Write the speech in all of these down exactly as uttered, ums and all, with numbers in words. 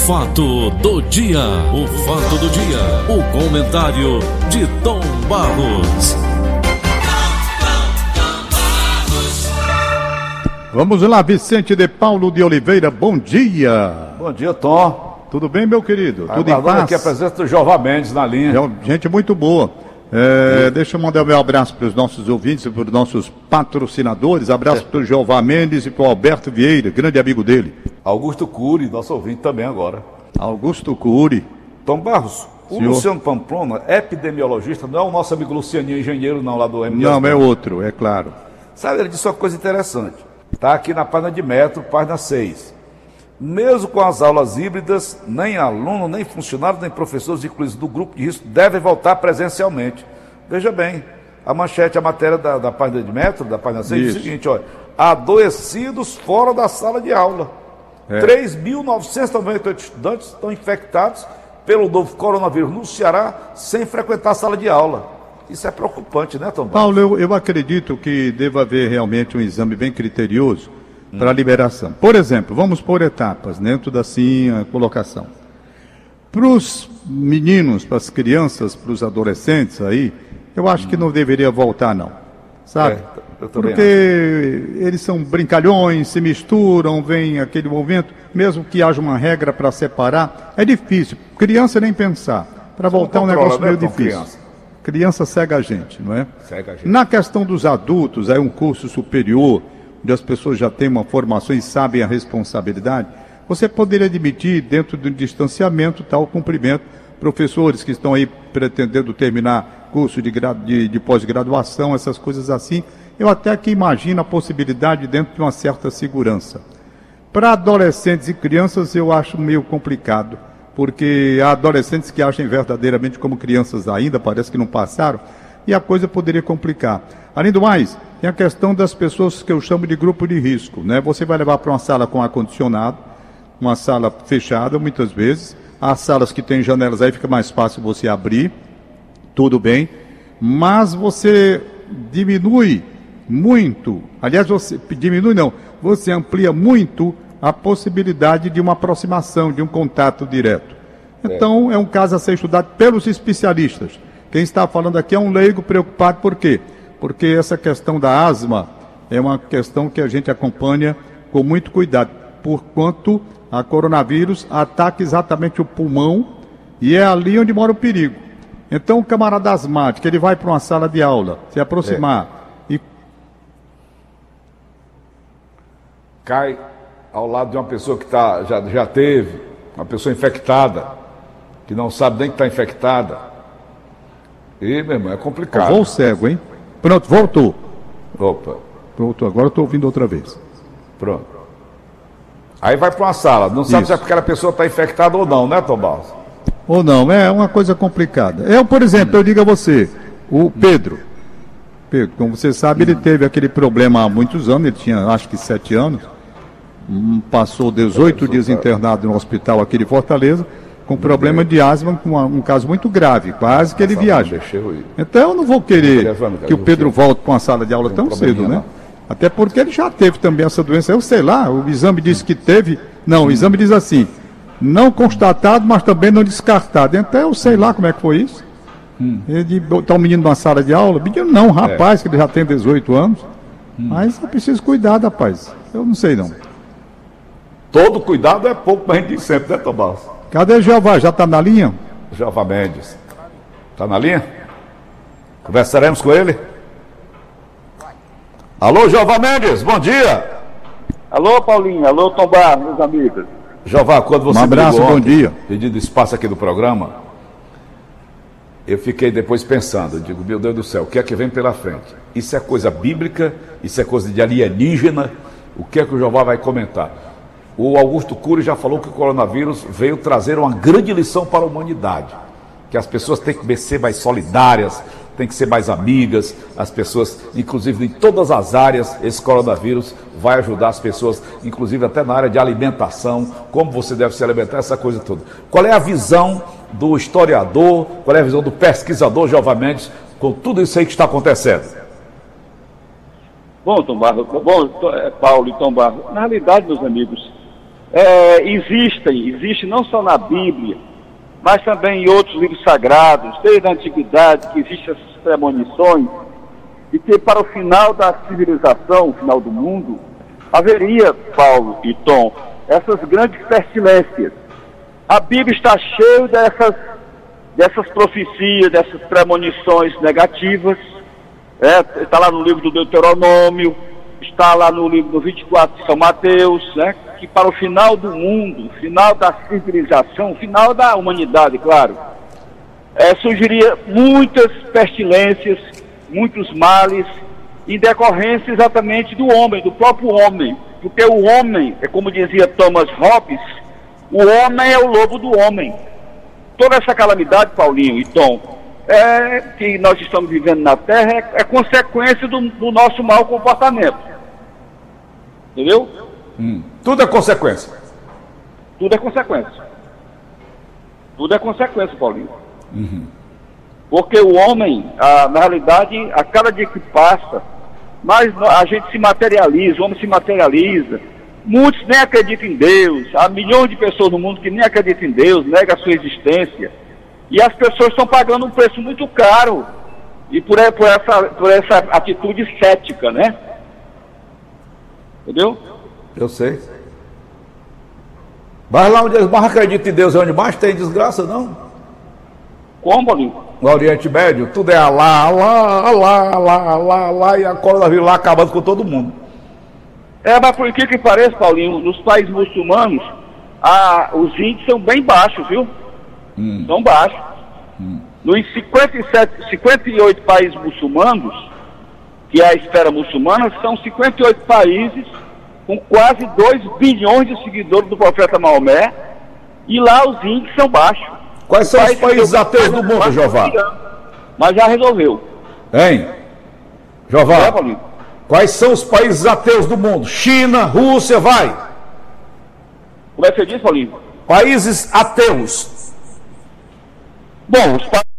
fato do dia, o fato do dia, o comentário de Tom Barros. Vamos lá, Vicente de Paulo de Oliveira, bom dia. Bom dia, Tom. Tudo bem, meu querido? Tudo Tudo em paz? Aqui a presença do Jovan Mendes na linha. Gente muito boa. É, deixa eu mandar meu abraço para os nossos ouvintes e para os nossos patrocinadores. Abraço para o Jovan Mendes e para o Alberto Vieira, grande amigo dele. Augusto Cury, nosso ouvinte também agora. Augusto Cury. Tom Barros, o Senhor? Luciano Pamplona, epidemiologista, não é o nosso amigo Lucianinho, engenheiro, não, lá do M D S. Não, é outro, é claro. Sabe, ele disse uma coisa interessante. Está aqui na página de Metro, página seis. Mesmo com as aulas híbridas, nem aluno, nem funcionário, nem professores incluídos do grupo de risco devem voltar presencialmente. Veja bem, a manchete, a matéria da, da página de Metro, da página seis, diz o seguinte, olha, adoecidos fora da sala de aula. É. três mil novecentos e noventa e oito estudantes estão infectados pelo novo coronavírus no Ceará sem frequentar a sala de aula. Isso é preocupante, né, Tom? Paulo, eu, eu acredito que deva haver realmente um exame bem criterioso hum. para a liberação. Por exemplo, vamos por etapas, dentro da assim, a colocação. Para os meninos, para as crianças, para os adolescentes aí, eu acho hum. que não deveria voltar, não. Sabe? É, eu Porque acho. eles são brincalhões, se misturam, vem aquele movimento, mesmo que haja uma regra para separar, é difícil. Criança nem pensar. Para voltar é um negócio meio difícil. Criança. Criança cega a gente, não é? Cega a gente. Na questão dos adultos, aí um curso superior, onde as pessoas já têm uma formação e sabem a responsabilidade, você poderia admitir, dentro do distanciamento, tal cumprimento, professores que estão aí pretendendo terminar curso de, de, de pós-graduação, essas coisas assim, eu até que imagino a possibilidade dentro de uma certa segurança. Para adolescentes e crianças, eu acho meio complicado, porque há adolescentes que agem verdadeiramente como crianças ainda, parece que não passaram, e a coisa poderia complicar. Além do mais, tem a questão das pessoas que eu chamo de grupo de risco, né? Você vai levar para uma sala com ar-condicionado, uma sala fechada, muitas vezes, há salas que têm janelas, aí fica mais fácil você abrir, tudo bem, mas você diminui muito, aliás, você diminui não, você amplia muito a possibilidade de uma aproximação, de um contato direto. Então, é, é um caso a ser estudado pelos especialistas. Quem está falando aqui é um leigo preocupado, por quê? Porque essa questão da asma é uma questão que a gente acompanha com muito cuidado, porquanto a coronavírus ataca exatamente o pulmão e é ali onde mora o perigo. Então, o camarada asmático, ele vai para uma sala de aula, se aproximar é. e... Cai ao lado de uma pessoa que tá, já, já teve, uma pessoa infectada, que não sabe nem que está infectada. E, meu irmão, é complicado. Vou cego, hein? Pronto, voltou. Opa. Voltou, agora eu estou ouvindo outra vez. Pronto. Aí vai para uma sala, não sabe Isso. se aquela pessoa está infectada ou não, né, Tom Barros? Ou não, é uma coisa complicada. Eu, por exemplo, hum. eu digo a você, o Pedro, Pedro, como você sabe, hum. ele teve aquele problema há muitos anos, ele tinha acho que sete anos, passou dezoito dias internado no hospital aqui de Fortaleza, com problema de asma, com um caso muito grave, quase que ele viaja. Então eu não vou querer que o Pedro volte para uma sala de aula tão cedo, né? Até porque ele já teve também essa doença, eu sei lá, o exame disse que teve, não, o exame diz assim, não constatado, mas também não descartado. Então eu sei lá como é que foi isso. Ele botar um menino numa sala de aula, menino não, rapaz, que ele já tem dezoito anos, mas é preciso cuidar, rapaz, eu não sei não. Todo cuidado é pouco, mas a gente diz sempre, né, Tom Barros? Cadê o Jeová? Já está na linha? Jovan Mendes. Está na linha? Conversaremos com ele? Alô, Jovan Mendes, bom dia! Alô, Paulinho, alô, Tom Barros, meus amigos. Jovan, quando você um abraço, me ligou bom ontem, dia. pedindo espaço aqui do programa, eu fiquei depois pensando, eu digo, meu Deus do céu, o que é que vem pela frente? Isso é coisa bíblica? Isso é coisa de alienígena? O que é que o Jovan vai comentar? O Augusto Cury já falou que o coronavírus veio trazer uma grande lição para a humanidade, que as pessoas têm que ser mais solidárias, têm que ser mais amigas, as pessoas, inclusive em todas as áreas, esse coronavírus vai ajudar as pessoas, inclusive até na área de alimentação, como você deve se alimentar, essa coisa toda. Qual é a visão do historiador, qual é a visão do pesquisador Jovan Mendes com tudo isso aí que está acontecendo? Bom, Tom Barros, bom, Paulo e Tom Barros, na realidade, meus amigos, é, existem, existem não só na Bíblia, mas também em outros livros sagrados, desde a antiguidade, que existem essas premonições, e que para o final da civilização, o final do mundo, haveria, Paulo e Tom, essas grandes pestilências. A Bíblia está cheia dessas, dessas profecias, dessas premonições negativas. É, está lá no livro do Deuteronômio, está lá no livro do vinte e quatro de São Mateus, né, que para o final do mundo, final da civilização, final da humanidade, claro, é, surgiria muitas pestilências, muitos males, em decorrência exatamente do homem, do próprio homem. Porque o homem, é como dizia Thomas Hobbes, o homem é o lobo do homem. Toda essa calamidade, Paulinho e Tom, é, que nós estamos vivendo na Terra, é, é consequência do, do nosso mau comportamento. Entendeu? Hum. Tudo é consequência. Tudo é consequência. Tudo é consequência, Paulinho. Uhum. Porque o homem, a, na realidade, a cada dia que passa, mais a gente se materializa, o homem se materializa. Muitos nem acreditam em Deus. Há milhões de pessoas no mundo que nem acreditam em Deus, negam a sua existência. E as pessoas estão pagando um preço muito caro. E por, por, essa, por essa atitude cética, né? Entendeu? Eu sei. Mas lá onde eles mais acreditam em Deus é onde mais tem desgraça, não? Como, Paulinho? No Oriente Médio, tudo é Alá, Alá, Alá, Alá, Alá, Alá, e a coronavírus lá acabando com todo mundo. É, mas por que que parece, Paulinho, nos países muçulmanos, a, os índices são bem baixos, viu? Hum. São baixos. Hum. Nos cinquenta e sete, cinquenta e oito países muçulmanos, que é a esfera muçulmana, são cinquenta e oito países com quase dois bilhões de seguidores do profeta Maomé, e lá os índices são baixos. Quais são os países ateus do mundo, Jová? Mas já resolveu. Hein? Jová, é, Paulinho? Quais são os países ateus do mundo? China, Rússia, vai. Como é que você diz, Paulinho? Países ateus. Bom, os países...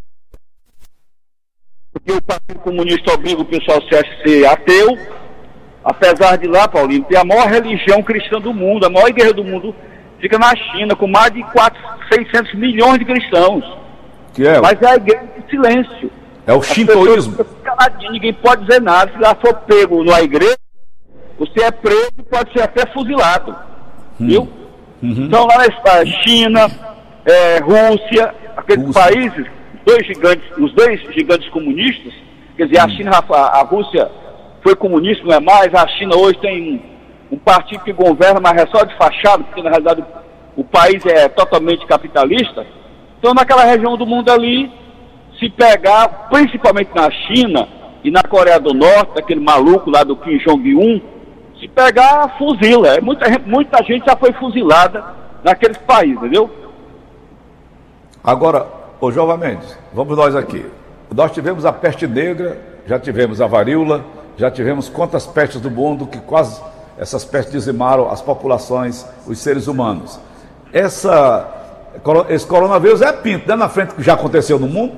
Porque o Partido Comunista obriga o pessoal a ser ateu, apesar de lá, Paulinho, ter a maior religião cristã do mundo, a maior igreja do mundo fica na China, com mais de quatrocentos, seiscentos milhões de cristãos. Que é? Mas é a igreja de silêncio. É o shintoísmo. Ninguém pode dizer nada. Se lá for pego na igreja, você é preso e pode ser até fuzilado. Hum. Viu? Uhum. Então lá na China, é, Rússia, aqueles Rússia. países, os dois gigantes, os dois gigantes comunistas, quer dizer, hum. a China, a, a Rússia foi comunista, não é mais, a China hoje tem um, um partido que governa, mas é só de fachada, porque na realidade o, o país é totalmente capitalista. Então naquela região do mundo ali, se pegar, principalmente na China e na Coreia do Norte, aquele maluco lá do Kim Jong-un, se pegar, fuzila. Muita, muita gente já foi fuzilada naqueles países, entendeu? Agora, ô Jovem Mendes, vamos nós aqui. Nós tivemos a peste negra, já tivemos a varíola, já tivemos quantas pestes do mundo que quase essas pestes dizimaram as populações, os seres humanos. Essa, esse coronavírus é pinto, né, na frente do que já aconteceu no mundo?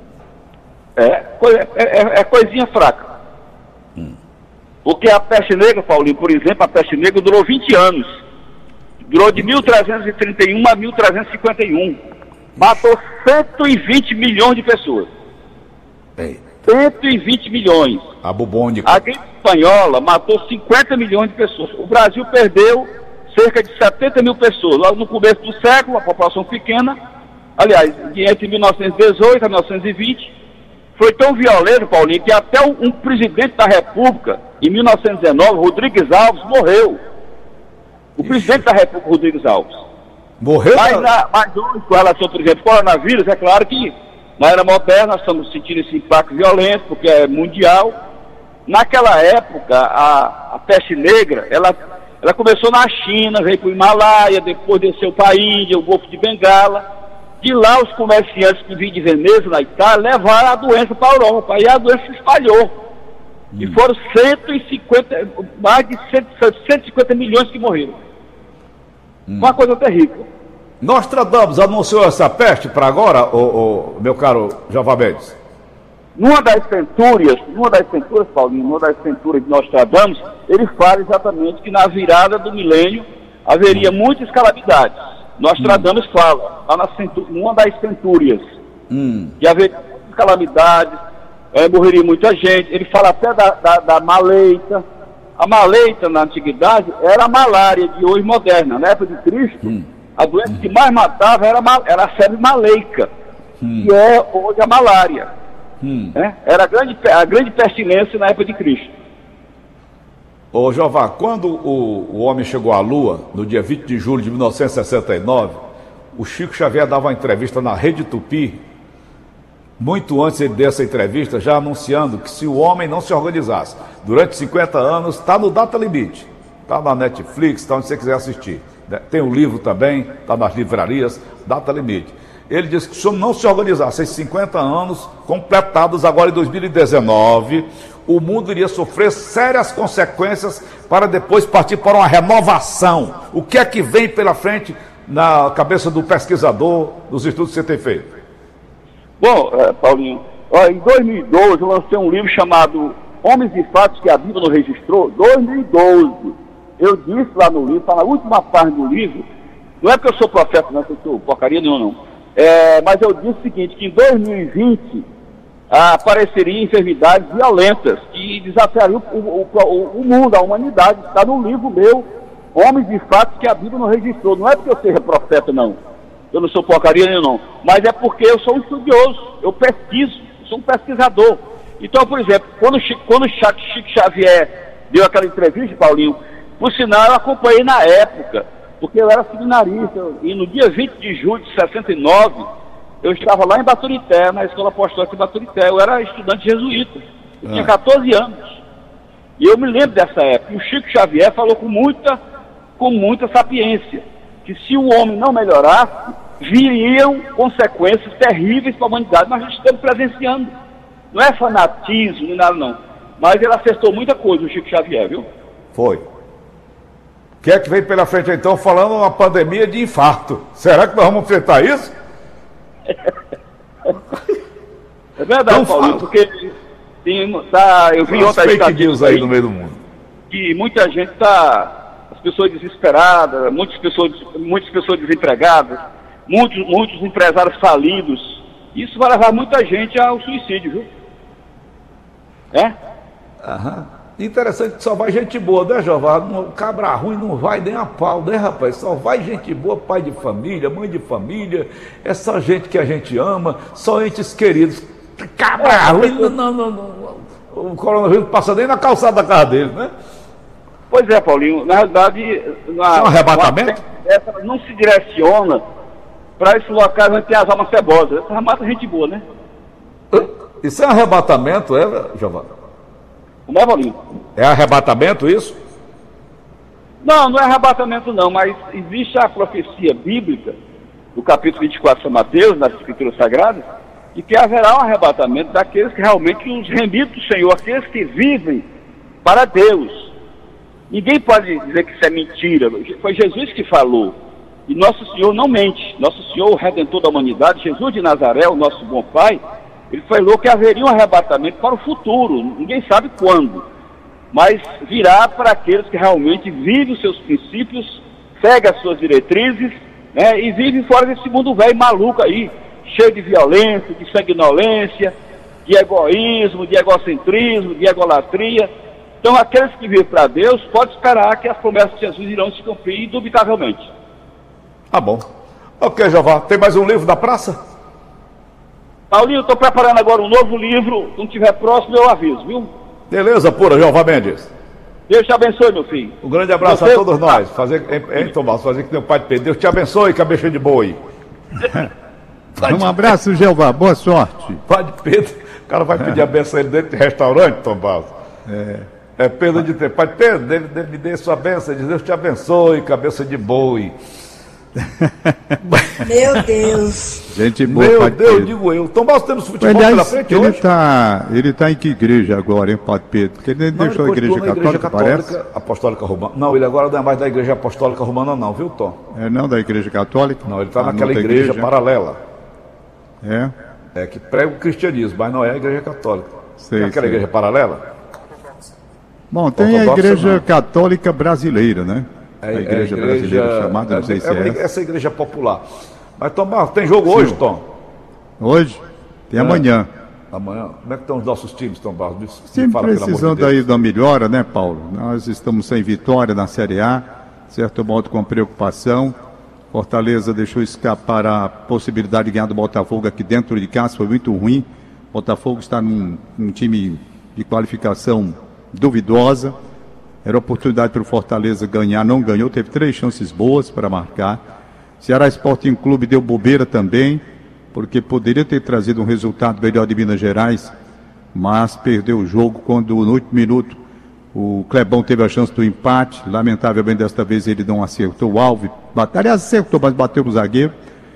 É, é, é, é coisinha fraca. Hum. Porque a peste negra, Paulinho, por exemplo, a peste negra durou vinte anos. Durou de mil trezentos e trinta e um a mil trezentos e cinquenta e um. Matou cento e vinte milhões de pessoas. Ei. cento e vinte milhões. A bubônica. A gripe espanhola matou cinquenta milhões de pessoas. O Brasil perdeu cerca de setenta mil pessoas. Logo no começo do século, a população pequena, aliás, entre mil novecentos e dezoito a mil novecentos e vinte, foi tão violento, Paulinho, que até um, um presidente da República, em mil novecentos e dezenove, Rodrigues Alves, morreu. O Ixi. presidente da República, Rodrigues Alves. Morreu? Mas, na, mas hoje, com relação, por exemplo, ao coronavírus, é claro que na era moderna nós estamos sentindo esse impacto violento, porque é mundial. Naquela época, a, a peste negra, ela, ela começou na China, veio para o Himalaia, depois desceu para a Índia, o Golfo de Bengala. De lá, os comerciantes que vinham de Veneza, na Itália, levaram a doença para a Europa, e a doença se espalhou. Hum. E foram cento e cinquenta, mais de cento e cinquenta milhões que morreram. Hum. Uma coisa terrível. Nostradamus anunciou essa peste para agora, ô, ô, meu caro Jovem Mendes? Numa das centúrias, numa das centúrias, Paulinho, numa das centúrias de Nostradamus, ele fala exatamente que na virada do milênio haveria muitas calamidades. Nostradamus hum. fala, lá na centú- uma das centúrias, hum. que haveria muitas calamidades, é, morreria muita gente. Ele fala até da, da, da maleita. A maleita, na antiguidade, era a malária de hoje moderna. Na época de Cristo, hum. a doença hum. que mais matava era, era a febre maleica, hum. que é hoje a malária. Hum. É? Era a grande, a grande pestilência na época de Cristo. Ô Jeová, quando o, o homem chegou à Lua, no dia vinte de julho de mil novecentos e sessenta e nove, o Chico Xavier dava uma entrevista na Rede Tupi, muito antes ele dessa entrevista, já anunciando que se o homem não se organizasse durante cinquenta anos, está no data limite, está na Netflix, está onde você quiser assistir. Tem o livro também, está nas livrarias, data limite. Ele disse que se o homem não se organizasse esses cinquenta anos, completados agora em dois mil e dezenove, o mundo iria sofrer sérias consequências para depois partir para uma renovação. O que é que vem pela frente na cabeça do pesquisador, dos estudos que você tem feito? Bom, é, Paulinho, ó, em dois mil e doze eu lancei um livro chamado Homens e Fatos que a Bíblia não registrou. dois mil e doze, eu disse lá no livro, está na última página do livro, não é porque eu sou profeta, não é que eu sou porcaria nenhuma, não. É, mas eu disse o seguinte, que em dois mil e vinte ah, apareceriam enfermidades violentas que desafiariam o, o, o, o mundo, a humanidade. Está no livro meu, Homens e Fatos que a Bíblia não registrou. Não é porque eu seja profeta, não. Eu não sou porcaria nenhuma, não. Mas é porque eu sou um estudioso, eu pesquiso, eu sou um pesquisador. Então, por exemplo, quando, quando o Chico Xavier deu aquela entrevista, Paulinho, por sinal eu acompanhei na época, porque eu era seminarista, e no dia vinte de julho de sessenta e nove, eu estava lá em Baturité, na Escola Apostólica de Baturité, eu era estudante jesuíta, eu tinha catorze anos, e eu me lembro dessa época, e o Chico Xavier falou com muita, com muita sapiência, que se o homem não melhorasse, viriam consequências terríveis para a humanidade. Nós estamos presenciando, não é fanatismo, nem nada não, mas ele acertou muita coisa, o Chico Xavier, viu? Foi. O que é que vem pela frente, então, falando uma pandemia de infarto? Será que nós vamos enfrentar isso? É verdade, então, Paulinho, porque tem, tá, eu vi ontem fake news aí no meio do mundo. Que muita gente está, as pessoas desesperadas, muitas pessoas, muitas pessoas desempregadas, muitos, muitos empresários falidos. Isso vai levar muita gente ao suicídio, viu? É? Aham. Interessante que só vai gente boa, né, Jeová? O cabra ruim não vai nem a pau, né, rapaz? Só vai gente boa, pai de família, mãe de família, essa gente que a gente ama, só entes queridos. Cabra é, ruim, não, não, não, não, o coronavírus não passa nem na calçada da casa dele, né? Pois é, Paulinho, na realidade, na, é um arrebatamento? Essa não se direciona para esses locais onde tem as almas cebosas. Essa mata gente boa, né? Isso é um arrebatamento, é, Jeová? Não é, Paulinho? É arrebatamento isso? Não, não é arrebatamento não, mas existe a profecia bíblica, do capítulo vinte e quatro de São Mateus, nas Escrituras Sagradas, e que haverá um arrebatamento daqueles que realmente os remidos do Senhor, aqueles que vivem para Deus. Ninguém pode dizer que isso é mentira, foi Jesus que falou, e nosso Senhor não mente, nosso Senhor, o Redentor da humanidade, Jesus de Nazaré, o nosso bom Pai, ele falou que haveria um arrebatamento para o futuro, ninguém sabe quando, mas virá para aqueles que realmente vivem os seus princípios, seguem as suas diretrizes, né, e vivem fora desse mundo velho maluco aí, cheio de violência, de sanguinolência, de egoísmo, de egocentrismo, de egolatria. Então aqueles que vivem para Deus, pode esperar que as promessas de Jesus irão se cumprir, indubitavelmente. Tá bom. Ok, Jeová, tem mais um livro da praça? Paulinho, estou preparando agora um novo livro, quando estiver próximo eu aviso, viu? Beleza, pura, Jeová Mendes. Deus te abençoe, meu filho. Um grande abraço Você... a todos nós. Fazer, hein, Tomás, fazer que tem o pai de Pedro. Deus te abençoe, cabeça de boi. Um abraço, Jeová, boa sorte. Pai de Pedro, o cara vai pedir a benção ele dentro de restaurante, Tomás. É. É Pedro de ter. Pai de Pedro, ele, ele me dê sua benção. Ele diz, Deus te abençoe, cabeça de boi. Meu Deus. Gente boa. Meu Deus, Pedro. Digo eu. Tomás, temos futebol Aliás, pela frente ele hoje. Tá, ele está em que igreja agora, hein, Padre Pedro? Porque ele não, deixou ele a igreja católica, igreja católica, parece? Apostólica Romana. Não, ele agora não é mais da igreja apostólica romana não, viu, Tom? É não da igreja católica? Não, ele está ah, naquela igreja, igreja paralela. É? É que prega o cristianismo, mas não é a igreja católica. Sei, é aquela sei. igreja paralela? Bom, tem a igreja católica brasileira, né? É, a igreja, é igreja brasileira chamada, é, não sei é, se é, é essa. essa igreja popular. Mas, Tom Barros, tem jogo Sim. hoje, Tom? Hoje? Tem É. amanhã. Amanhã. Como é que estão os nossos times, Tom Barros? Me, me Sempre fala, pelo amor de precisando Deus. aí da melhora, né, Paulo? Nós estamos sem vitória na Série A, certo modo com preocupação. Fortaleza deixou escapar a possibilidade de ganhar do Botafogo aqui dentro de casa, foi muito ruim. Botafogo está num, num time de qualificação duvidosa. Era oportunidade para o Fortaleza ganhar, não ganhou, teve três chances boas para marcar. Ceará Sporting Clube deu bobeira também, porque poderia ter trazido um resultado melhor de Minas Gerais, mas perdeu o jogo quando no último minuto o Clebão teve a chance do empate. Lamentavelmente desta vez ele não acertou o alvo, aliás acertou, mas bateu no zagueiro,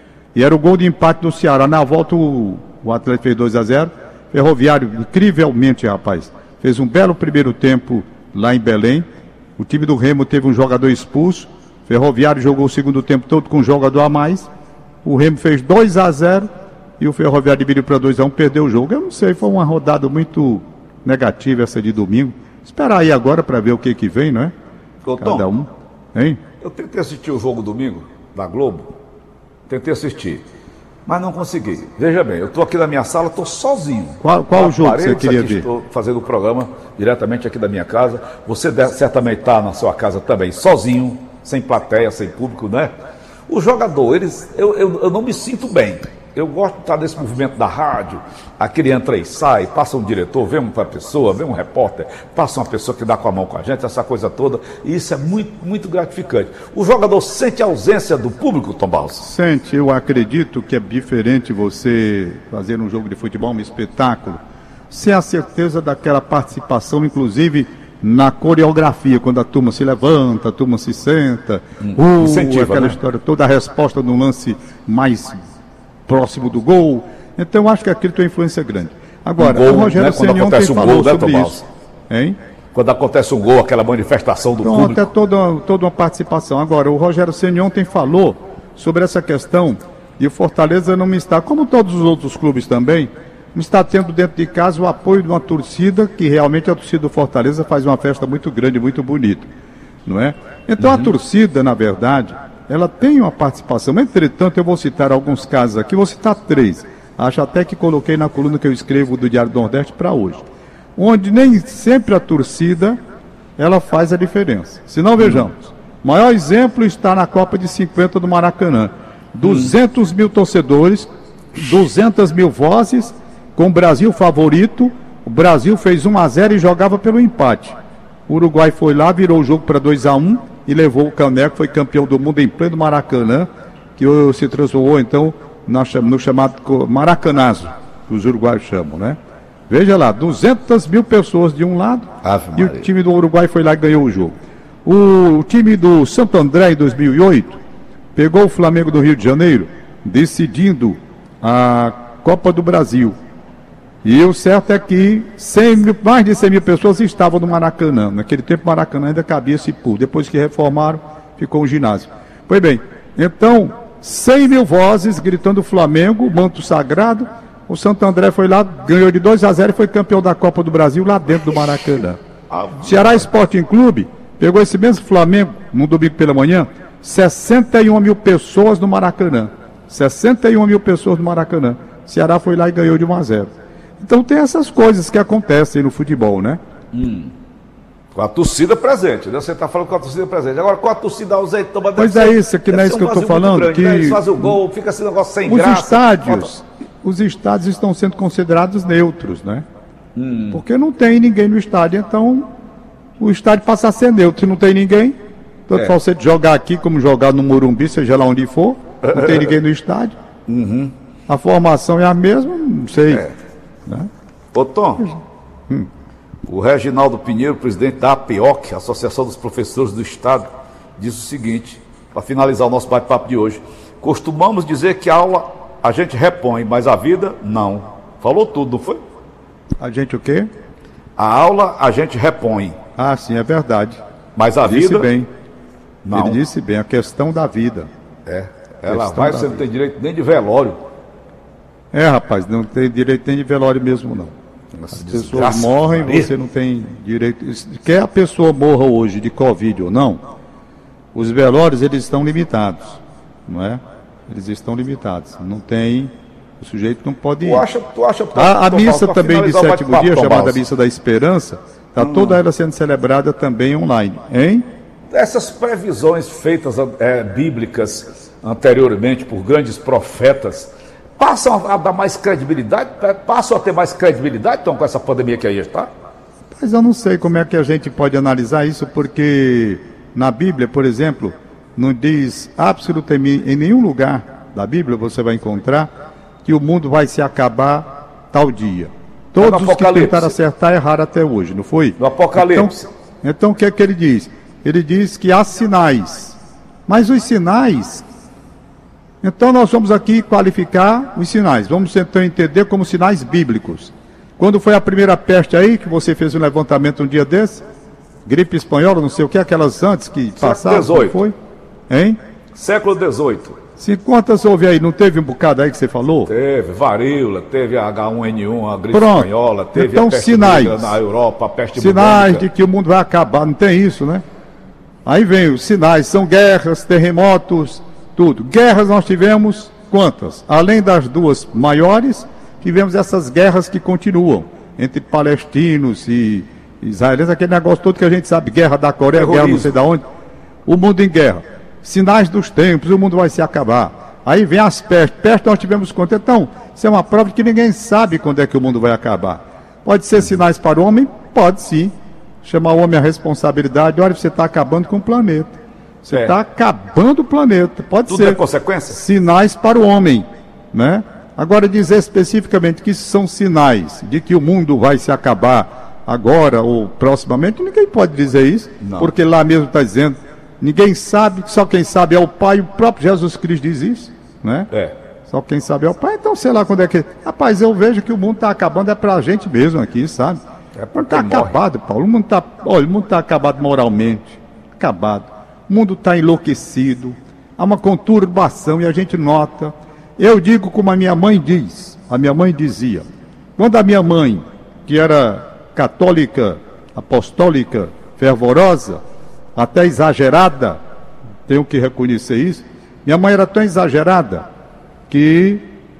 e era o gol de empate do Ceará. Na volta o, o Atlético fez dois a zero. Ferroviário, incrivelmente, rapaz, fez um belo primeiro tempo lá em Belém. O time do Remo teve um jogador expulso. Ferroviário jogou o segundo tempo todo com um jogador a mais. O Remo fez dois a zero e o Ferroviário dividiu para dois a um, perdeu o jogo. Eu não sei, foi uma rodada muito negativa essa de domingo. Esperar aí agora para ver o que que vem, não é? Ô, Tom, Cada um, hein? eu tentei assistir o jogo domingo da Globo. Tentei assistir, mas não consegui. Veja bem, eu estou aqui na minha sala, estou sozinho. Qual, qual o jogo que você queria ver? Estou fazendo o programa diretamente aqui da minha casa. Você deve, certamente está na sua casa também, sozinho, sem plateia, sem público, né? O jogador, eles, eu, eu, eu não me sinto bem. Eu gosto de estar nesse movimento da rádio. Aquele entra e sai, passa um diretor, vem uma pessoa, vem um repórter, passa uma pessoa que dá com a mão com a gente, essa coisa toda. E isso é muito, muito gratificante. O jogador sente a ausência do público, Tom Barros? Sente, eu acredito que é diferente você fazer um jogo de futebol, um espetáculo, sem a certeza daquela participação, inclusive na coreografia, quando a turma se levanta, a turma se senta, Hum, uh, incentiva, aquela né? história toda, a resposta no lance mais próximo do gol. Então eu acho que aquilo tem uma influência grande. Agora, Um gol, o Rogério né, quando Ceni ontem acontece um falou gol, né, sobre Tom isso. Hein? Quando acontece um gol, aquela manifestação do Pronto, público. é toda, toda uma participação. Agora, o Rogério Ceni ontem falou sobre essa questão e o Fortaleza não está, como todos os outros clubes também, não está tendo dentro de casa o apoio de uma torcida, que realmente a torcida do Fortaleza faz uma festa muito grande, muito bonita, não é? Então Uhum. a torcida, na verdade, ela tem uma participação. Entretanto, eu vou citar alguns casos aqui, vou citar três. Acho até que coloquei na coluna que eu escrevo do Diário do Nordeste para hoje. Onde nem sempre a torcida, ela faz a diferença. Se não, vejamos. O maior exemplo está na Copa de cinquenta do Maracanã. duzentos mil torcedores, duzentas mil vozes, com o Brasil favorito. O Brasil fez um a zero e jogava pelo empate. O Uruguai foi lá, virou o jogo para dois a um e levou o caneco, foi campeão do mundo em pleno Maracanã, que se transformou então no chamado Maracanazo, que os uruguaios chamam, né? Veja lá, duzentas mil pessoas de um lado, Ave e o Maria. time do Uruguai foi lá e ganhou o jogo. O, o time do Santo André, em dois mil e oito, pegou o Flamengo do Rio de Janeiro, decidindo a Copa do Brasil. E o certo é que cem mil, mais de cem mil pessoas estavam no Maracanã. Naquele tempo, o Maracanã ainda cabia esse pool. Depois que reformaram, ficou um ginásio. Pois bem, então, cem mil vozes gritando Flamengo, manto sagrado. O Santo André foi lá, ganhou de dois a zero e foi campeão da Copa do Brasil lá dentro do Maracanã. Ceará Sporting Clube pegou esse mesmo Flamengo, no domingo pela manhã, sessenta e uma mil pessoas no Maracanã. sessenta e uma mil pessoas no Maracanã. Ceará foi lá e ganhou de um a zero. Então tem essas coisas que acontecem no futebol, né? Hum. Com a torcida presente, né? Você está falando com a torcida presente. Agora, com a torcida ausente, toma Pois é isso, que não é isso que eu estou falando. Grande, que né? Eles fazem o gol, fica esse negócio sem os graça. estádios, os estádios estão sendo considerados neutros, né? Hum. Porque não tem ninguém no estádio, então o estádio passa a ser neutro. Se não tem ninguém, tanto É. faz você jogar aqui como jogar no Morumbi, seja lá onde for, não tem ninguém no estádio. Uhum. A formação é a mesma, não sei. É. Né? Ô, Tom, Hum. o Reginaldo Pinheiro, presidente da A P O C, Associação dos Professores do Estado, diz o seguinte, para finalizar o nosso bate-papo de hoje: costumamos dizer que a aula a gente repõe, mas a vida não. Falou tudo, não foi? A gente o quê? A aula a gente repõe, Ah, sim, é verdade. mas a Disse vida bem. não. Ele disse bem, a questão da vida. É, ela Questão vai, da você não vida. tem direito nem de velório. É, rapaz, não tem direito nem de velório mesmo, não. Nossa, As pessoas desgraça, morrem, Maria. você não tem direito. Quer a pessoa morra hoje de Covid ou não, Os velórios, eles estão limitados, não é? Eles estão limitados. Não tem... O sujeito não pode ir. Tu acha, tu acha, a, a missa Paulo, também de sétimo dia, Tom chamada Balsa. Missa da Esperança, está hum. toda ela sendo celebrada também online, hein? Essas previsões feitas é, bíblicas anteriormente por grandes profetas passam a, a dar mais credibilidade, passam a ter mais credibilidade, então, com essa pandemia que aí está? Mas eu não sei como é que a gente pode analisar isso, porque na Bíblia, por exemplo, não diz absolutamente em nenhum lugar da Bíblia você vai encontrar que o mundo vai se acabar tal dia. Todos os que tentaram acertar erraram até hoje, não foi? No Apocalipse. Então, então o que é que ele diz? Ele diz que há sinais. Mas os sinais... Então nós vamos aqui qualificar os sinais. Vamos então entender como sinais bíblicos. Quando foi a primeira peste aí, que você fez um levantamento um dia desse? Gripe espanhola, não sei o que, aquelas antes que passaram, dezoito. Foi? Hein? Século dezoito. Se quantas houve aí? Não teve um bocado aí que você falou? Teve varíola, teve a H um N um, a gripe Pronto. espanhola, teve então, a peste sinais. negra na Europa, a peste Sinais bubônica. de que o mundo vai acabar, não tem isso, né? Aí vem os sinais, são guerras, terremotos, tudo. Guerras nós tivemos quantas? Além das duas maiores, tivemos essas guerras que continuam entre palestinos e israelenses, aquele negócio todo que a gente sabe, guerra da Coreia, guerra não sei de onde, o mundo em guerra. Sinais dos tempos, o mundo vai se acabar. Aí vem as pestes, pestes nós tivemos quanto? Então, isso é uma prova de que ninguém sabe quando é que o mundo vai acabar. Pode ser sinais para o homem? Pode sim. Chamar o homem à responsabilidade, olha, você está acabando com o planeta. Você está é. acabando o planeta, pode Tudo ser. Tudo é consequência? Sinais para o homem, né? Agora, dizer especificamente que isso são sinais de que o mundo vai se acabar agora ou proximamente, ninguém pode dizer isso, Não. porque lá mesmo está dizendo, ninguém sabe, só quem sabe é o Pai, o próprio Jesus Cristo diz isso, né? É. Só quem sabe é o Pai, então sei lá quando é que... Rapaz, eu vejo que o mundo está acabando, é para a gente mesmo aqui, sabe? É o mundo está acabado, Paulo, o mundo está... Olha, o mundo está acabado moralmente, acabado. O mundo está enlouquecido, há uma conturbação e a gente nota... Eu digo como a minha mãe diz, a minha mãe dizia, quando a minha mãe, que era católica, apostólica, fervorosa, até exagerada, tenho que reconhecer isso, minha mãe era tão exagerada que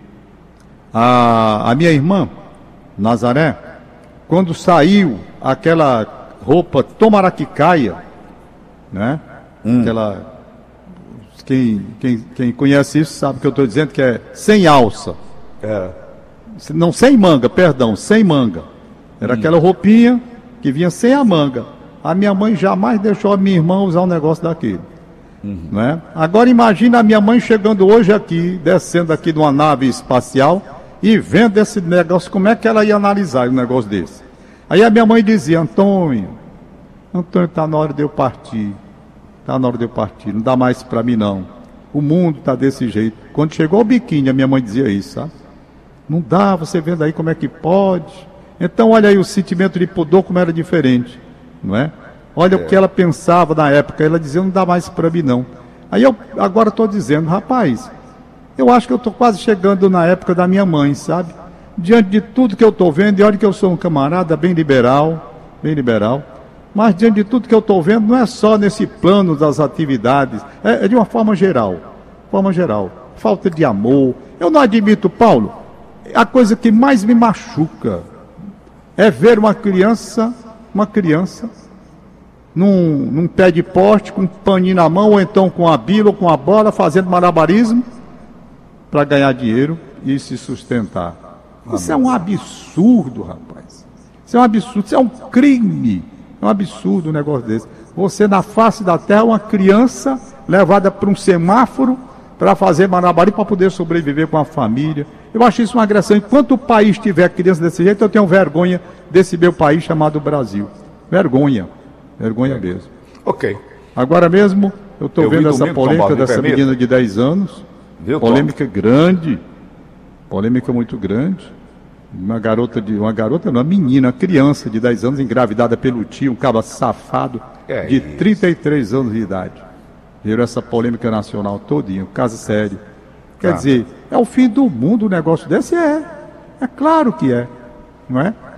a, a minha irmã, Nazaré, quando saiu aquela roupa tomara que caia, né? Hum. Aquela... Quem, quem, quem conhece isso sabe que eu estou dizendo que é sem alça. É. Não, sem manga, perdão, sem manga. Era hum. aquela roupinha que vinha sem a manga. A minha mãe jamais deixou a minha irmã usar um negócio daquele. Uhum. Né? Agora imagina a minha mãe chegando hoje aqui, descendo aqui de uma nave espacial e vendo esse negócio, como é que ela ia analisar um negócio desse? Aí a minha mãe dizia, Antônio, Antônio, está na hora de eu partir. Está na hora de eu partir, não dá mais para mim não. O mundo está desse jeito. Quando chegou o biquíni, a minha mãe dizia isso, sabe? Não dá, você vendo aí como é que pode. Então olha aí o sentimento de pudor como era diferente, não é? Olha é. o que ela pensava na época, ela dizia, não dá mais para mim não. Aí eu agora estou dizendo, rapaz, eu acho que eu estou quase chegando na época da minha mãe, sabe? Diante de tudo que eu estou vendo, e olha que eu sou um camarada bem liberal, bem liberal, mas diante de tudo que eu estou vendo, não é só nesse plano das atividades, é, é de uma forma geral, forma geral, falta de amor. Eu não admito, Paulo, a coisa que mais me machuca é ver uma criança, uma criança, num, num pé de poste, com um paninho na mão, ou então com a bila ou com a bola, fazendo malabarismo para ganhar dinheiro e se sustentar. Isso é um absurdo, rapaz. Isso é um absurdo, isso é um crime. É um absurdo um negócio desse. Você na face da terra, uma criança levada para um semáforo para fazer malabarismo para poder sobreviver com a família. Eu acho isso uma agressão. Enquanto o país tiver criança desse jeito, eu tenho vergonha desse meu país chamado Brasil. Vergonha. Vergonha mesmo. Ok. Agora mesmo, eu estou vendo essa domingo, polêmica Tom, dessa permita. menina de dez anos. Viu, polêmica Tom? grande. Polêmica muito grande. Uma garota, de, uma garota não, uma menina, uma criança de dez anos, engravidada pelo tio, um cara safado, é de isso. trinta e três anos de idade. Virou essa polêmica nacional todinha, um caso sério. Quer ah. dizer, é o fim do mundo um negócio desse? É. É claro que é. Não é?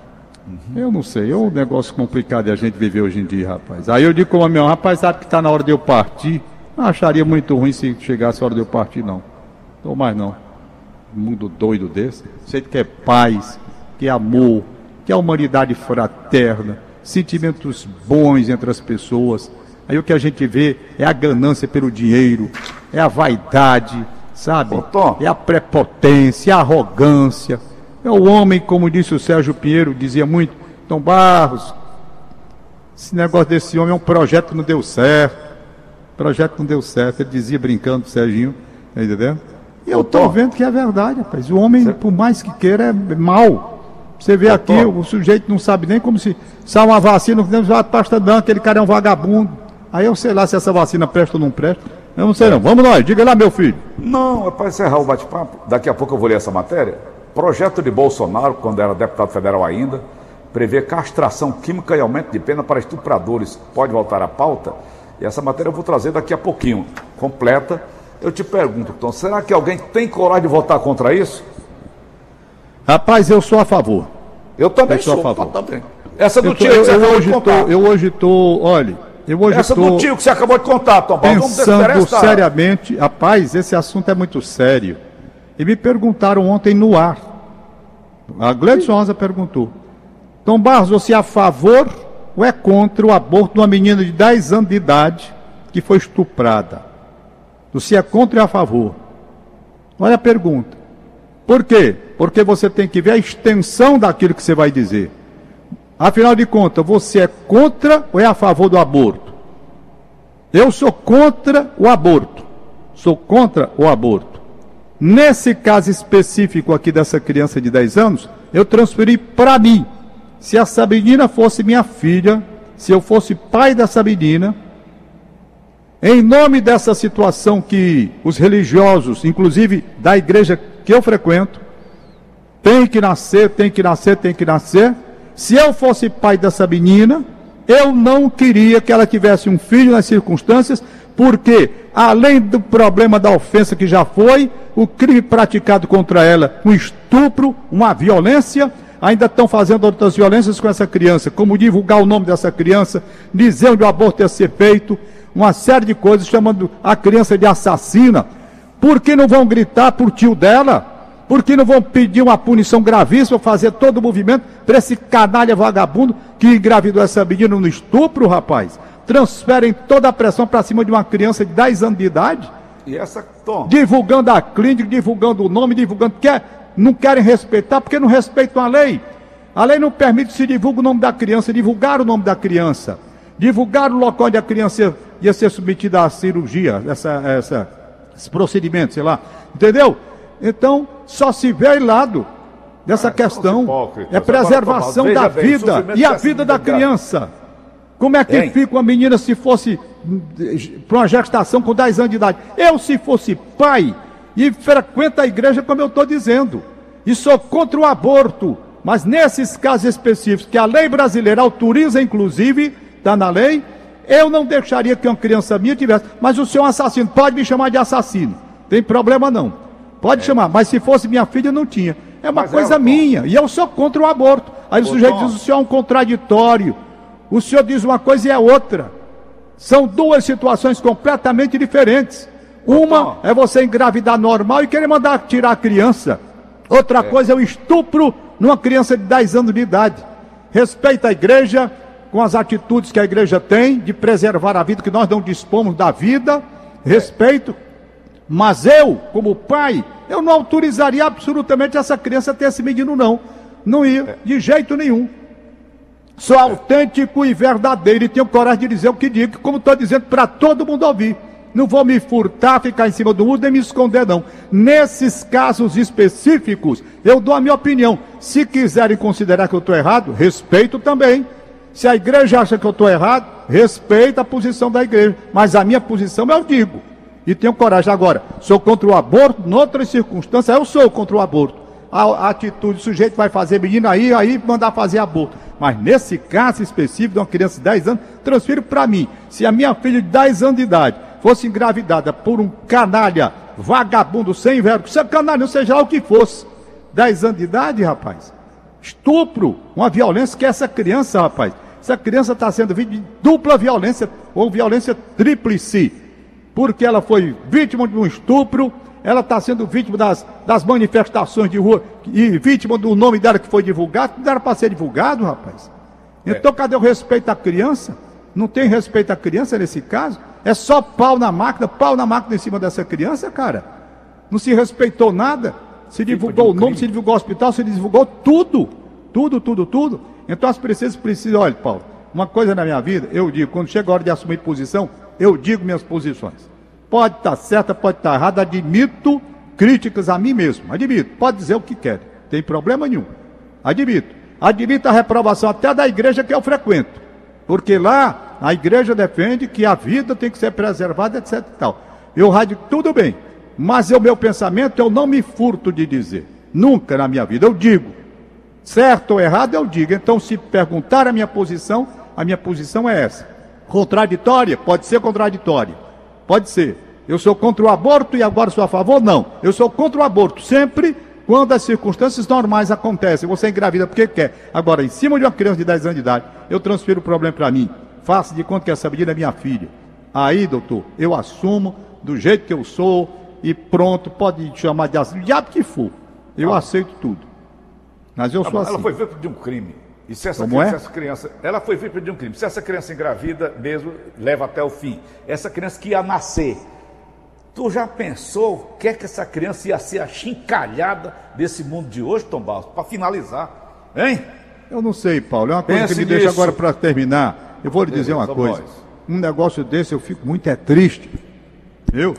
Uhum. Eu não sei, é um negócio complicado de a gente viver hoje em dia, rapaz. Aí eu digo como a minha, rapaz, sabe que está na hora de eu partir? Não acharia muito ruim se chegasse a hora de eu partir, não. Não mais não. Um mundo doido desse. Sei que é paz, que é amor, que é humanidade fraterna, sentimentos bons entre as pessoas. Aí o que a gente vê é a ganância pelo dinheiro, é a vaidade, sabe? Ô, Tom. É a prepotência, a arrogância. É o homem, como disse o Sérgio Pinheiro, dizia muito, Tom Barros, esse negócio desse homem é um projeto que não deu certo. O projeto não deu certo, ele dizia brincando, Serginho, tá entendendo? E eu estou vendo que é verdade, rapaz. O homem, Você... por mais que queira, é mal. Você vê Ô, aqui, Tom. O sujeito não sabe nem como se... Sai uma vacina, não tem uma pasta não, aquele cara é um vagabundo. Aí eu sei lá se essa vacina presta ou não presta. Eu não sei é. não. Vamos nós, diga lá, meu filho. Não, é para encerrar o bate-papo. Daqui a pouco eu vou ler essa matéria. Projeto de Bolsonaro, quando era deputado federal ainda, prevê castração química e aumento de pena para estupradores. Pode voltar à pauta? E essa matéria eu vou trazer daqui a pouquinho, completa. Eu te pergunto, Tom, será que alguém tem coragem de votar contra isso? Rapaz, eu sou a favor. Eu também eu sou, sou a favor. Também. Essa do eu tô, tio que eu, você eu acabou hoje de contar. Tô, eu hoje estou, olha, eu hoje Essa tô do tio que você acabou de contar, Tom Paulo. Pensando seriamente, rapaz, esse assunto é muito sério. E me perguntaram ontem no ar. A Gleidson Rosa perguntou: Tom Barros, você é a favor ou é contra o aborto de uma menina de dez anos de idade que foi estuprada? Você é contra ou é a favor? Olha a pergunta. Por quê? Porque você tem que ver a extensão daquilo que você vai dizer. Afinal de contas, você é contra ou é a favor do aborto? Eu sou contra o aborto. Sou contra o aborto. Nesse caso específico aqui dessa criança de dez anos, eu transferi para mim. Se essa menina fosse minha filha, se eu fosse pai dessa menina, em nome dessa situação que os religiosos, inclusive da igreja que eu frequento, tem que nascer, tem que nascer, tem que nascer. Se eu fosse pai dessa menina, eu não queria que ela tivesse um filho nas circunstâncias, porque, além do problema da ofensa que já foi, o crime praticado contra ela, um estupro, uma violência, ainda estão fazendo outras violências com essa criança, como divulgar o nome dessa criança, dizer onde o aborto ia ser feito, uma série de coisas, chamando a criança de assassina. Por que não vão gritar por tio dela? Por que não vão pedir uma punição gravíssima, fazer todo o movimento para esse canalha vagabundo que engravidou essa menina no estupro, rapaz? Transferem toda a pressão para cima de uma criança de dez anos de idade. E essa, Tom? Divulgando a clínica, divulgando o nome, divulgando... Quer, não querem respeitar porque não respeitam a lei. A lei não permite que se divulgue o nome da criança, divulgar o nome da criança. Divulgar o local onde a criança ia ser submetida à cirurgia, essa, essa, esse procedimento, sei lá. Entendeu? Então, só se vê aí lado dessa ah, questão. É preservação Agora, da bem, vida e a vida da criança. Como é que hein? Fica uma menina se fosse para uma gestação com dez anos de idade? Eu, se fosse pai e frequento a igreja, como eu estou dizendo, e sou contra o aborto, mas nesses casos específicos, que a lei brasileira autoriza, inclusive, está na lei, eu não deixaria que uma criança minha tivesse. Mas o senhor assassino, pode me chamar de assassino, tem problema não. Pode é. chamar, mas se fosse minha filha, não tinha. É uma mas coisa é, minha, e eu sou contra o aborto. Aí o, o sujeito Tom. diz, o senhor é um contraditório. O senhor diz uma coisa e é outra. São duas situações completamente diferentes. Ô, uma Tom. é você engravidar normal e querer mandar tirar a criança. Outra é. coisa é o estupro numa criança de dez anos de idade. Respeita a igreja, com as atitudes que a igreja tem, de preservar a vida, que nós não dispomos da vida. Respeito. Mas eu, como pai, eu não autorizaria absolutamente essa criança a ter esse menino, não. Não ia, de jeito nenhum. Sou autêntico e verdadeiro e tenho coragem de dizer o que digo, como estou dizendo para todo mundo ouvir. Não vou me furtar, ficar em cima do muro, nem me esconder, não. Nesses casos específicos, eu dou a minha opinião. Se quiserem considerar que eu estou errado, respeito também. Se a igreja acha que eu estou errado, respeita a posição da igreja. Mas a minha posição eu digo. E tenho coragem. Agora, sou contra o aborto, em outras circunstâncias, eu sou contra o aborto. A, a atitude, o sujeito vai fazer menino aí, aí mandar fazer aborto. Mas nesse caso específico de uma criança de dez anos, transfiro para mim. Se a minha filha de dez anos de idade fosse engravidada por um canalha, vagabundo, sem vergonha, se é canalha, não seja lá o que fosse, dez anos de idade, rapaz, Estupro, uma violência que essa criança, rapaz, essa criança está sendo vítima de dupla violência, ou violência tríplice, porque ela foi vítima de um estupro, ela está sendo vítima das, das manifestações de rua, e vítima do nome dela que foi divulgado, não era para ser divulgado, rapaz. Então é. Cadê o respeito à criança? Não tem respeito à criança nesse caso? É só pau na máquina, pau na máquina em cima dessa criança, cara. Não se respeitou nada. Se divulgou o nome, se divulgou o hospital, se divulgou tudo. Tudo, tudo, tudo. Então as princesas precisam, olha, Paulo, uma coisa na minha vida, eu digo, quando chega a hora de assumir posição, eu digo minhas posições. Pode estar certa, pode estar errada, admito críticas a mim mesmo, admito, pode dizer o que quer, não tem problema nenhum, admito. Admito a reprovação até da igreja que eu frequento, porque lá a igreja defende que a vida tem que ser preservada, etc e tal. Eu radico tudo bem, mas o meu pensamento eu não me furto de dizer, nunca na minha vida, eu digo. Certo ou errado, eu digo. Então, se perguntar a minha posição, a minha posição é essa. Contraditória? Pode ser contraditória. Pode ser. Eu sou contra o aborto e agora sou a favor? Não. Eu sou contra o aborto sempre quando as circunstâncias normais acontecem. Você engravida porque quer. Agora, em cima de uma criança de dez anos de idade, eu transfiro o problema para mim. Faça de conta que essa menina é minha filha. Aí, doutor, eu assumo do jeito que eu sou e pronto, pode chamar de assim, o diabo que for. Eu ah. aceito tudo. Mas eu sou ela assim. Ela foi vítima de um crime. E se essa, Como criança, é? essa criança... Ela foi vítima de um crime. Se essa criança engravida mesmo, leva até o fim. Essa criança que ia nascer. Tu já pensou o que é que essa criança ia ser achincalhada desse mundo de hoje, Tom Barros? Para finalizar. Hein? Eu não sei, Paulo. É uma coisa Pense que me deixa nisso. agora para terminar. Eu vou lhe dizer uma coisa. Nós. Um negócio desse eu fico muito é triste. Eu?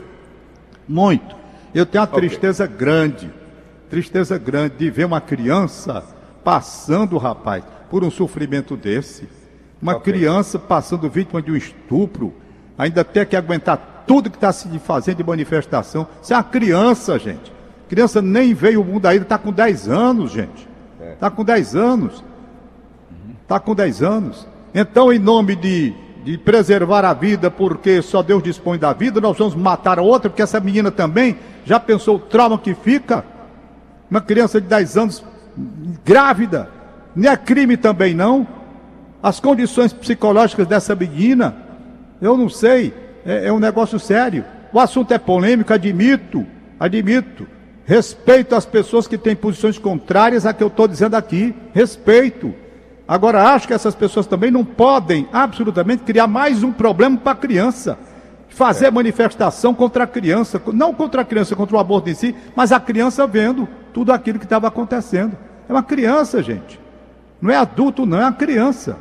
Muito. Eu tenho uma okay. tristeza grande. Tristeza grande de ver uma criança passando, rapaz, por um sofrimento desse. Uma okay. criança passando vítima de um estupro, ainda ter que aguentar tudo que está se fazendo de manifestação. Isso é uma criança, gente. Criança nem veio ao mundo ainda, está com dez anos, gente. Está com dez anos. Está com dez anos. Então, em nome de, de preservar a vida, porque só Deus dispõe da vida, nós vamos matar a outra, porque essa menina também já pensou o trauma que fica. Uma criança de dez anos, grávida, não é crime também não? As condições psicológicas dessa menina, eu não sei, é, é um negócio sério. O assunto é polêmico, admito, admito. Respeito as pessoas que têm posições contrárias à que eu estou dizendo aqui, respeito. Agora, acho que essas pessoas também não podem, absolutamente, criar mais um problema para a criança. Fazer é. manifestação contra a criança, não contra a criança, contra o aborto em si, mas a criança vendo tudo aquilo que estava acontecendo. É uma criança, gente. Não é adulto, não, é uma criança.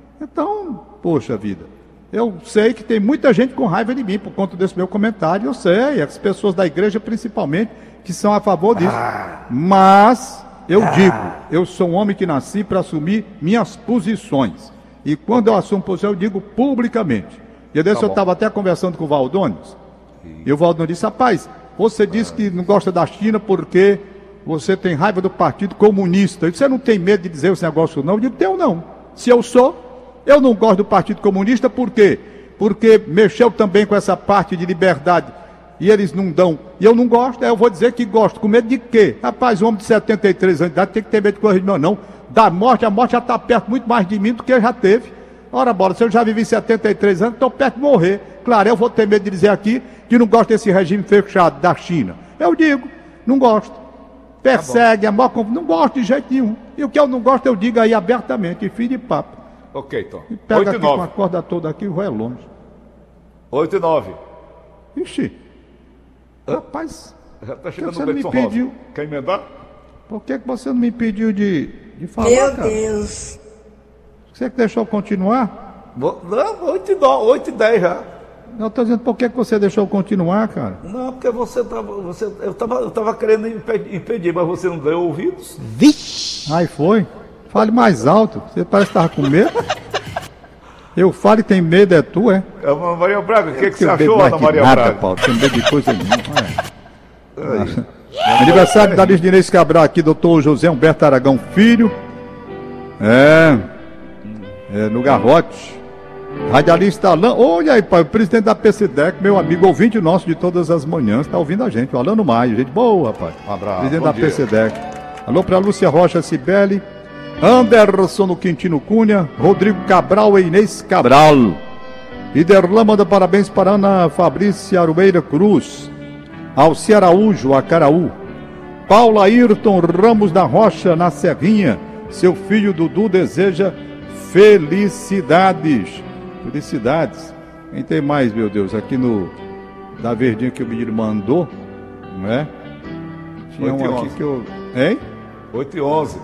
Então, poxa vida, eu sei que tem muita gente com raiva de mim por conta desse meu comentário, eu sei, as pessoas da igreja principalmente, que são a favor disso. Ah. Mas, eu ah. digo, eu sou um homem que nasci para assumir minhas posições. E quando eu assumo posição, eu digo publicamente. E desse tá eu estava até conversando com o Valdones, e o Valdones disse, rapaz, você disse que não gosta da China porque você tem raiva do Partido Comunista. E você não tem medo de dizer esse negócio não? Eu digo, eu não. Se eu sou, eu não gosto do Partido Comunista, por quê? Porque mexeu também com essa parte de liberdade, e eles não dão, e eu não gosto, aí eu vou dizer que gosto, com medo de quê? Rapaz, um homem de setenta e três anos de idade tem que ter medo de coisa não, não. Da morte, a morte já está perto muito mais de mim do que eu já teve. Ora, bora, se eu já vivi setenta e três anos, estou perto de morrer. Claro, eu vou ter medo de dizer aqui que não gosto desse regime fechado da China. Eu digo, não gosto. Persegue, tá a maior conf... não gosto de jeito nenhum. E o que eu não gosto, eu digo aí abertamente, e fim de papo. Ok, então. E pega aqui com a corda toda aqui e vai longe. oito e nove. Ixi. Hã? Rapaz, já está chegando você não me pediu? Quer emendar? Por que, que você não me pediu de, de falar, Meu cara? Deus. Você que deixou continuar? Não, oito e dez já. Não, estou dizendo, por que, que você deixou continuar, cara? Não, porque você estava... Você, eu estava eu tava querendo impedir, mas você não deu ouvidos. Vixe! Aí foi. Fale mais alto. Você parece que estava com medo. Eu falo e tem medo, é tu, é? É Ana Maria Braga, o que, que você achou, Ana Maria nada, Braga? Paulo, tem medo de coisa nenhuma. É. Aniversário da Liz Inês Cabral aqui, doutor José Humberto Aragão Filho. É... É, no Garrote. Radialista Alain, olha aí, pai, o presidente da P C D E C, meu amigo, ouvinte nosso de todas as manhãs, está ouvindo a gente, o Alano Maio, gente boa, rapaz. Um abraço. Presidente Bom da dia. P C D E C. Alô para Lúcia Rocha Cibele, Anderson no Quintino Cunha, Rodrigo Cabral e Inês Cabral. Iderlan manda parabéns para Ana Fabrícia Arueira Cruz, Alci Araújo, Acaraú. Paula Ayrton Ramos da Rocha, na Serrinha. Seu filho Dudu deseja felicidades. Felicidades. Quem tem mais, meu Deus? Aqui no da verdinha que o menino mandou, não é? Tinha um aqui que eu... Hein? oito e onze.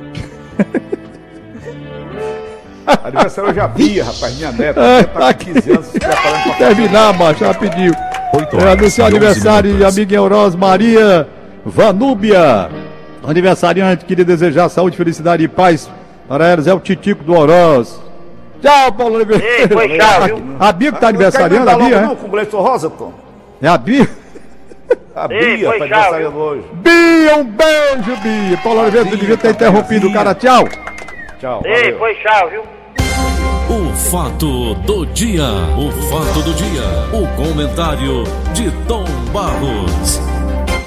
Aniversário eu já via, rapaz, minha neta. É, tá com quinze anos, se preparando pra terminar, macho, rapidinho. É, no seu aniversário de amiga Euros Maria Vanúbia. Aniversariante, queria desejar saúde, felicidade e paz para elas. É o Titico do Oroz. Tchau, Paulo Oliveira. Ei, foi tchau, viu? A Bia que tá aniversariando, a Bia, não, é? com o Gleison Rosa, Tom. É a Bia? A Ei, Bia foi tá tchau, aniversariando hoje. Bia, um beijo, Bia. Paulo Oliveira, tu devia ter interrompido o cara. Tchau. Tchau. Ei, valeu. foi tchau, viu? O fato do dia, o fato do dia, o comentário de Tom Barros.